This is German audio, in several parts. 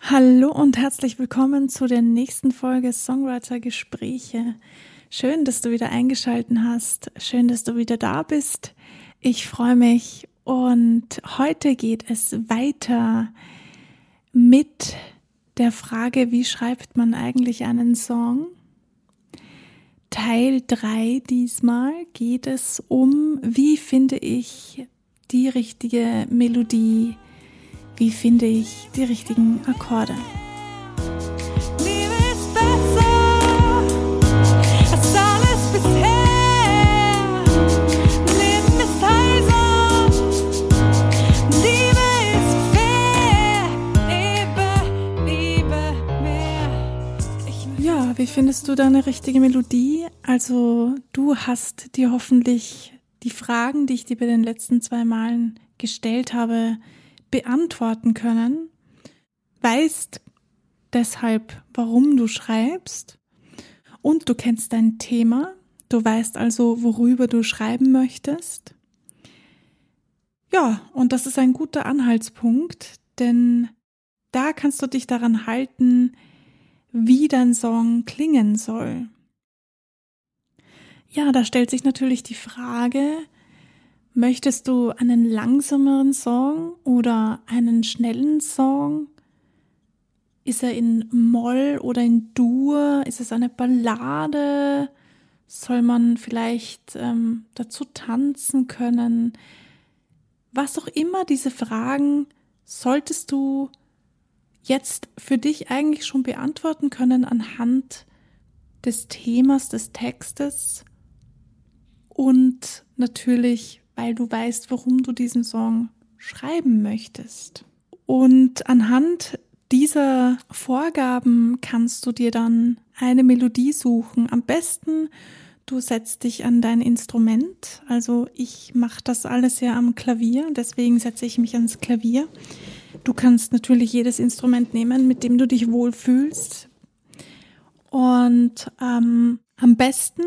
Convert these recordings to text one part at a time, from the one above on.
Hallo und herzlich willkommen zu der nächsten Folge Songwriter-Gespräche. Schön, dass du wieder eingeschaltet hast. Schön, dass du wieder da bist. Ich freue mich und heute geht es weiter mit der Frage, wie schreibt man eigentlich einen Song? Teil 3 diesmal geht es um, wie finde ich die richtige Melodie, wie finde ich die richtigen Akkorde. Liebe ist besser als alles bisher. Leben ist heilsam, Liebe ist fair. Liebe mehr. Ja, wie findest du deine richtige Melodie? Also du hast dir hoffentlich die Fragen, die ich dir bei den letzten 2 Malen gestellt habe, beantworten können, weißt deshalb, warum du schreibst und du kennst dein Thema, du weißt also, worüber du schreiben möchtest. Ja, und das ist ein guter Anhaltspunkt, denn da kannst du dich daran halten, wie dein Song klingen soll. Ja, da stellt sich natürlich die Frage, möchtest du einen langsameren Song oder einen schnellen Song? Ist er in Moll oder in Dur? Ist es eine Ballade? Soll man vielleicht dazu tanzen können? Was auch immer, diese Fragen solltest du jetzt für dich eigentlich schon beantworten können anhand des Themas, des Textes und natürlich weil du weißt, warum du diesen Song schreiben möchtest. Und anhand dieser Vorgaben kannst du dir dann eine Melodie suchen. Am besten, du setzt dich an dein Instrument. Also ich mache das alles ja am Klavier, deswegen setze ich mich ans Klavier. Du kannst natürlich jedes Instrument nehmen, mit dem du dich wohlfühlst. Und am besten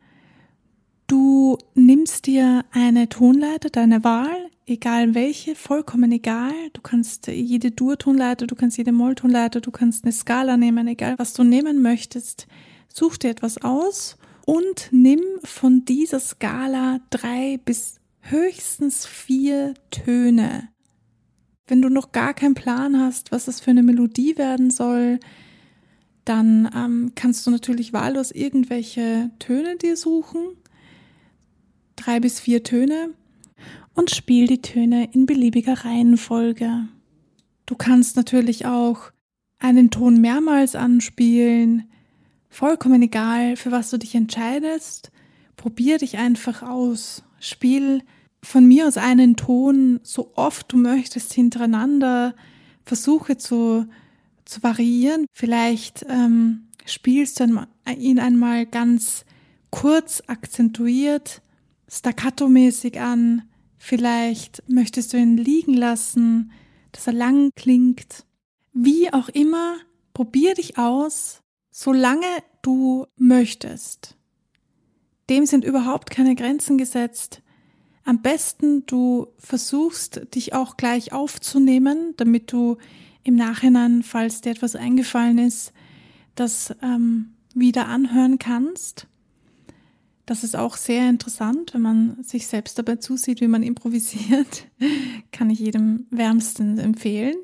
du nimmst dir eine Tonleiter, deine Wahl, egal welche, vollkommen egal. Du kannst jede Dur-Tonleiter, du kannst jede Moll-Tonleiter, du kannst eine Skala nehmen, egal was du nehmen möchtest. Such dir etwas aus und nimm von dieser Skala 3 bis höchstens 4 Töne. Wenn du noch gar keinen Plan hast, was das für eine Melodie werden soll, dann kannst du natürlich wahllos irgendwelche Töne dir suchen. 3 bis 4 Töne und spiel die Töne in beliebiger Reihenfolge. Du kannst natürlich auch einen Ton mehrmals anspielen, vollkommen egal, für was du dich entscheidest. Probier dich einfach aus. Spiel von mir aus einen Ton so oft du möchtest hintereinander. Versuche zu variieren. Vielleicht spielst du ihn einmal ganz kurz akzentuiert, staccato-mäßig an, vielleicht möchtest du ihn liegen lassen, dass er lang klingt. Wie auch immer, probier dich aus, solange du möchtest. Dem sind überhaupt keine Grenzen gesetzt. Am besten du versuchst, dich auch gleich aufzunehmen, damit du im Nachhinein, falls dir etwas eingefallen ist, das wieder anhören kannst. Das ist auch sehr interessant, wenn man sich selbst dabei zusieht, wie man improvisiert. Kann ich jedem wärmstens empfehlen.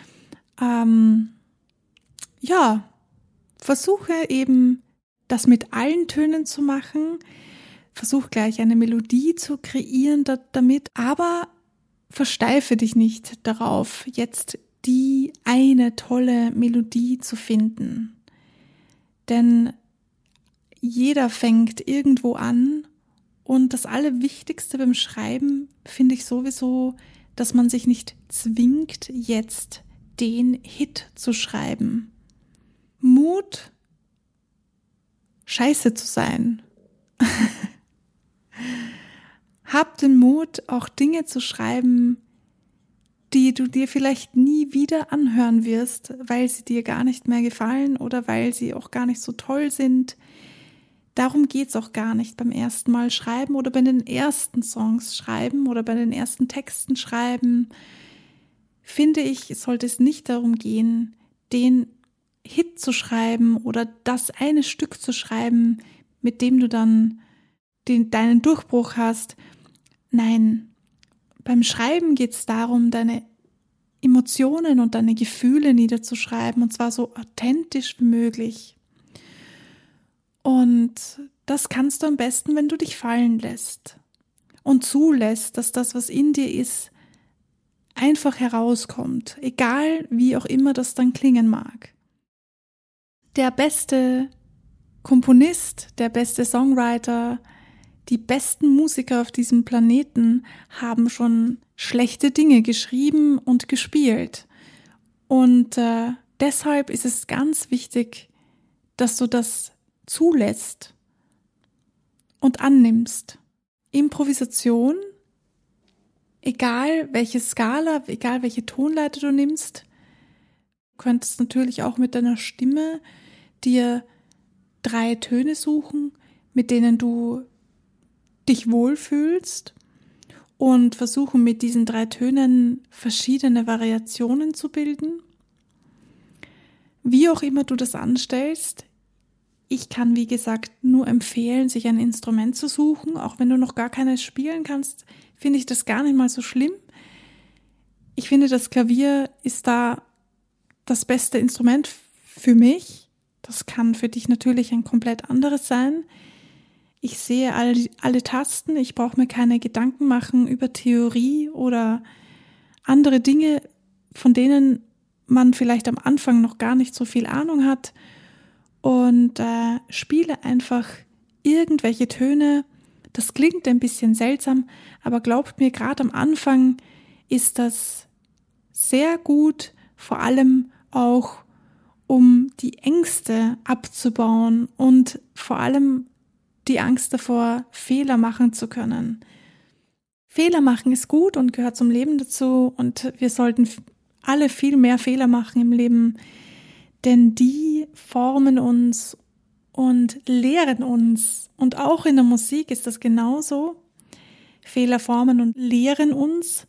Versuche eben, das mit allen Tönen zu machen. Versuch gleich eine Melodie zu kreieren damit, aber versteife dich nicht darauf, jetzt die eine tolle Melodie zu finden. Denn jeder fängt irgendwo an und das Allerwichtigste beim Schreiben finde ich sowieso, dass man sich nicht zwingt, jetzt den Hit zu schreiben. Mut, scheiße zu sein. Hab den Mut, auch Dinge zu schreiben, die du dir vielleicht nie wieder anhören wirst, weil sie dir gar nicht mehr gefallen oder weil sie auch gar nicht so toll sind. Darum geht's auch gar nicht beim ersten Mal schreiben oder bei den ersten Songs schreiben oder bei den ersten Texten schreiben. Finde ich, sollte es nicht darum gehen, den Hit zu schreiben oder das eine Stück zu schreiben, mit dem du dann deinen Durchbruch hast. Nein, beim Schreiben geht es darum, deine Emotionen und deine Gefühle niederzuschreiben, und zwar so authentisch wie möglich. Und das kannst du am besten, wenn du dich fallen lässt und zulässt, dass das, was in dir ist, einfach herauskommt, egal wie auch immer das dann klingen mag. Der beste Komponist, der beste Songwriter, die besten Musiker auf diesem Planeten haben schon schlechte Dinge geschrieben und gespielt. Und deshalb ist es ganz wichtig, dass du das zulässt und annimmst. Improvisation, egal welche Skala, egal welche Tonleiter du nimmst, du könntest natürlich auch mit deiner Stimme dir 3 Töne suchen, mit denen du dich wohlfühlst und versuchen mit diesen 3 Tönen verschiedene Variationen zu bilden. Wie auch immer du das anstellst, ich kann, wie gesagt, nur empfehlen, sich ein Instrument zu suchen. Auch wenn du noch gar keines spielen kannst, finde ich das gar nicht mal so schlimm. Ich finde, das Klavier ist da das beste Instrument für mich. Das kann für dich natürlich ein komplett anderes sein. Ich sehe alle Tasten, ich brauche mir keine Gedanken machen über Theorie oder andere Dinge, von denen man vielleicht am Anfang noch gar nicht so viel Ahnung hat, und spiele einfach irgendwelche Töne. Das klingt ein bisschen seltsam, aber glaubt mir, gerade am Anfang ist das sehr gut, vor allem auch um die Ängste abzubauen und vor allem die Angst davor, Fehler machen zu können. Fehler machen ist gut und gehört zum Leben dazu, und wir sollten alle viel mehr Fehler machen im Leben, denn die formen uns und lehren uns. Und auch in der Musik ist das genauso. Fehler formen und lehren uns.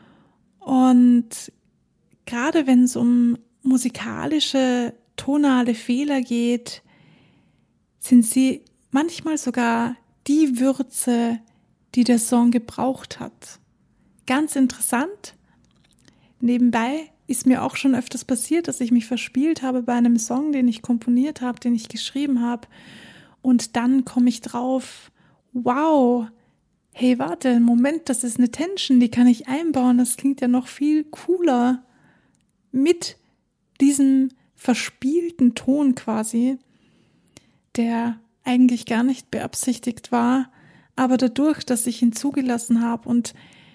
Und gerade wenn es um musikalische, tonale Fehler geht, sind sie manchmal sogar die Würze, die der Song gebraucht hat. Ganz interessant. Nebenbei ist mir auch schon öfters passiert, dass ich mich verspielt habe bei einem Song, den ich komponiert habe, den ich geschrieben habe. Und dann komme ich drauf, wow, hey, warte, Moment, das ist eine Tension, die kann ich einbauen. Das klingt ja noch viel cooler mit diesem verspielten Ton quasi, der eigentlich gar nicht beabsichtigt war, aber dadurch, dass ich ihn zugelassen habe und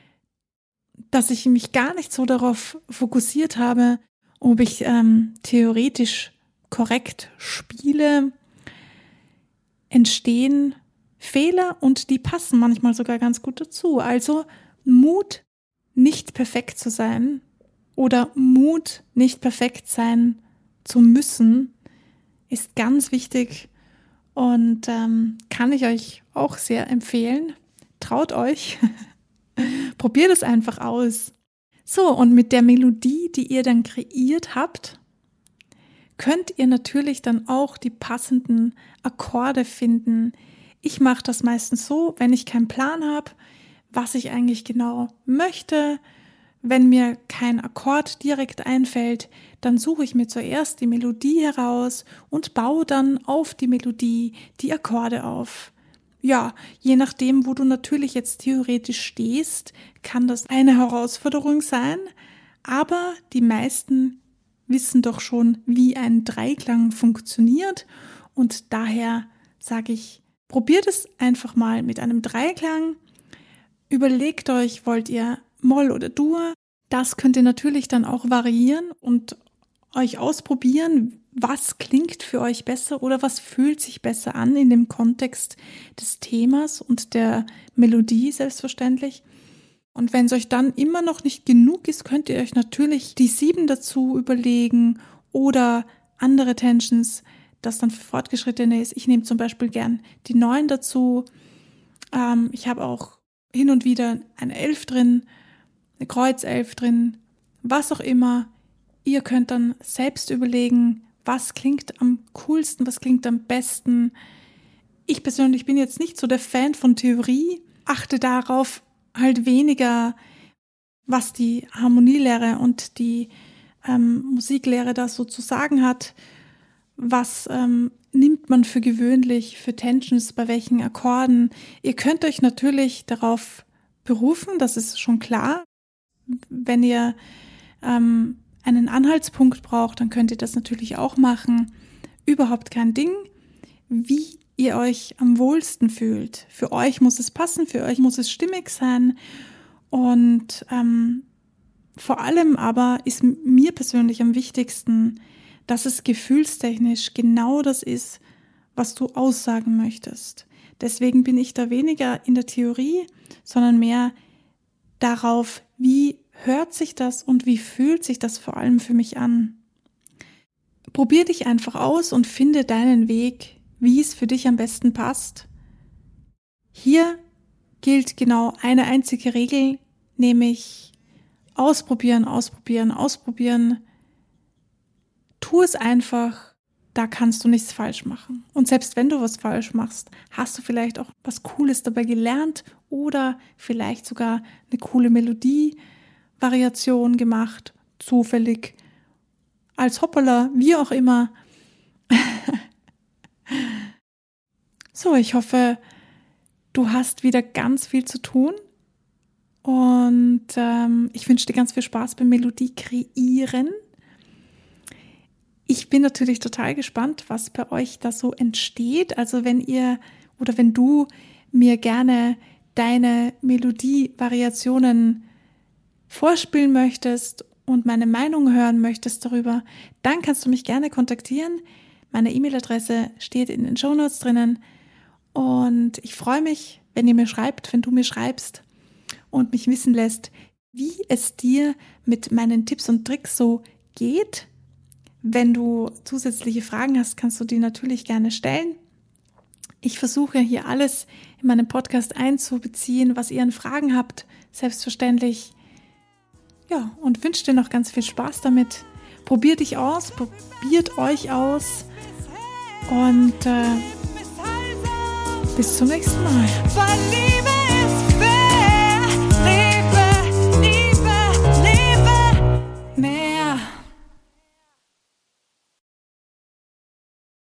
dass ich mich gar nicht so darauf fokussiert habe, ob ich theoretisch korrekt spiele, entstehen Fehler, und die passen manchmal sogar ganz gut dazu. Also Mut, nicht perfekt zu sein, oder Mut, nicht perfekt sein zu müssen, ist ganz wichtig und kann ich euch auch sehr empfehlen. Traut euch. Probiert es einfach aus. So, und mit der Melodie, die ihr dann kreiert habt, könnt ihr natürlich dann auch die passenden Akkorde finden. Ich mache das meistens so, wenn ich keinen Plan habe, was ich eigentlich genau möchte. Wenn mir kein Akkord direkt einfällt, dann suche ich mir zuerst die Melodie heraus und baue dann auf die Melodie die Akkorde auf. Ja, je nachdem, wo du natürlich jetzt theoretisch stehst, kann das eine Herausforderung sein, aber die meisten wissen doch schon, wie ein Dreiklang funktioniert, und daher sage ich, probiert es einfach mal mit einem Dreiklang. Überlegt euch, wollt ihr Moll oder Dur? Das könnt ihr natürlich dann auch variieren und euch ausprobieren, was klingt für euch besser oder was fühlt sich besser an in dem Kontext des Themas und der Melodie selbstverständlich. Und wenn es euch dann immer noch nicht genug ist, könnt ihr euch natürlich die 7 dazu überlegen oder andere Tensions, das dann für Fortgeschrittene ist. Ich nehme zum Beispiel gern die 9 dazu. Ich habe auch hin und wieder eine 11 drin, eine Kreuz 11 drin, was auch immer. ihr könnt dann selbst überlegen, was klingt am coolsten, was klingt am besten. Ich persönlich bin jetzt nicht so der Fan von Theorie, achte darauf halt weniger, was die Harmonielehre und die Musiklehre da so zu sagen hat. Was nimmt man für gewöhnlich, für Tensions, bei welchen Akkorden? Ihr könnt euch natürlich darauf berufen, das ist schon klar. Wenn ihr einen Anhaltspunkt braucht, dann könnt ihr das natürlich auch machen. Überhaupt kein Ding. Wie ihr euch am wohlsten fühlt. Für euch muss es passen, für euch muss es stimmig sein. Und vor allem aber ist mir persönlich am wichtigsten, dass es gefühlstechnisch genau das ist, was du aussagen möchtest. Deswegen bin ich da weniger in der Theorie, sondern mehr darauf, wie hört sich das und wie fühlt sich das vor allem für mich an. Probier dich einfach aus und finde deinen Weg, wie es für dich am besten passt. Hier gilt genau eine einzige Regel, nämlich ausprobieren, ausprobieren, ausprobieren. Tu es einfach, da kannst du nichts falsch machen. Und selbst wenn du was falsch machst, hast du vielleicht auch was Cooles dabei gelernt oder vielleicht sogar eine coole Melodie-Variation gemacht, zufällig, als Hoppala, wie auch immer. So, ich hoffe, du hast wieder ganz viel zu tun und ich wünsche dir ganz viel Spaß beim Melodie kreieren. Ich bin natürlich total gespannt, was bei euch da so entsteht. Also wenn du mir gerne deine Melodie-Variationen vorspielen möchtest und meine Meinung hören möchtest darüber, dann kannst du mich gerne kontaktieren. Meine E-Mail-Adresse steht in den Shownotes drinnen und ich freue mich, wenn du mir schreibst und mich wissen lässt, wie es dir mit meinen Tipps und Tricks so geht. Wenn du zusätzliche Fragen hast, kannst du die natürlich gerne stellen. Ich versuche hier alles in meinem Podcast einzubeziehen, was ihr an Fragen habt, selbstverständlich. Ja, und wünsche dir noch ganz viel Spaß damit. Probiert euch aus und bis zum nächsten Mal.